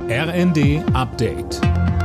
RND Update.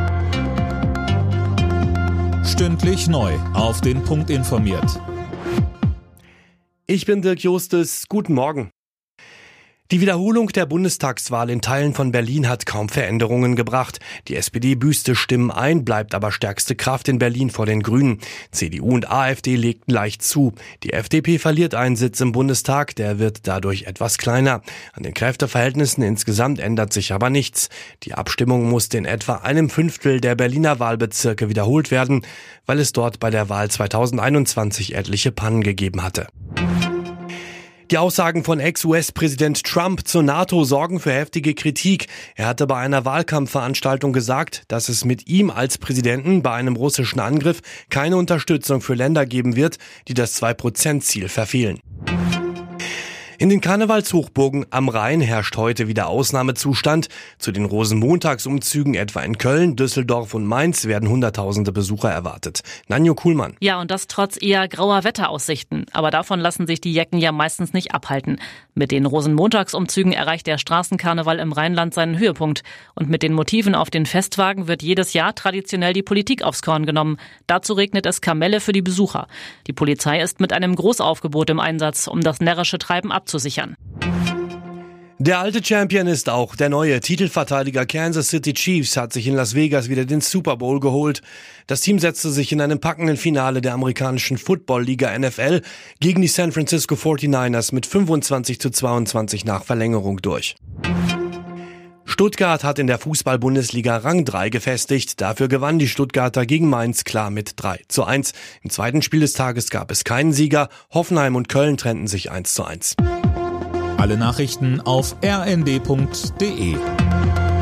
Stündlich neu auf den Punkt informiert. Ich bin Dirk Justus. Guten Morgen. Die Wiederholung der Bundestagswahl in Teilen von Berlin hat kaum Veränderungen gebracht. Die SPD büßte Stimmen ein, bleibt aber stärkste Kraft in Berlin vor den Grünen. CDU und AfD legten leicht zu. Die FDP verliert einen Sitz im Bundestag, der wird dadurch etwas kleiner. An den Kräfteverhältnissen insgesamt ändert sich aber nichts. Die Abstimmung musste in etwa 1/5 der Berliner Wahlbezirke wiederholt werden, weil es dort bei der Wahl 2021 etliche Pannen gegeben hatte. Die Aussagen von Ex-US-Präsident Trump zur NATO sorgen für heftige Kritik. Er hatte bei einer Wahlkampfveranstaltung gesagt, dass es mit ihm als Präsidenten bei einem russischen Angriff keine Unterstützung für Länder geben wird, die das 2%-Ziel verfehlen. In den Karnevalshochburgen am Rhein herrscht heute wieder Ausnahmezustand. Zu den Rosenmontagsumzügen etwa in Köln, Düsseldorf und Mainz werden Hunderttausende Besucher erwartet. Nanjo Kuhlmann. Ja, und das trotz eher grauer Wetteraussichten. Aber davon lassen sich die Jecken ja meistens nicht abhalten. Mit den Rosenmontagsumzügen erreicht der Straßenkarneval im Rheinland seinen Höhepunkt. Und mit den Motiven auf den Festwagen wird jedes Jahr traditionell die Politik aufs Korn genommen. Dazu regnet es Kamelle für die Besucher. Die Polizei ist mit einem Großaufgebot im Einsatz, um das närrische Treiben abzusichern. Der alte Champion ist auch der neue Titelverteidiger Kansas City Chiefs hat sich in Las Vegas wieder den Super Bowl geholt. Das Team setzte sich in einem packenden Finale der amerikanischen Football-Liga NFL gegen die San Francisco 49ers mit 25:22 nach Verlängerung durch. Stuttgart hat in der Fußball-Bundesliga Rang 3 gefestigt. Dafür gewannen die Stuttgarter gegen Mainz klar mit 3:1. Im zweiten Spiel des Tages gab es keinen Sieger. Hoffenheim und Köln trennten sich 1:1. Alle Nachrichten auf rnd.de.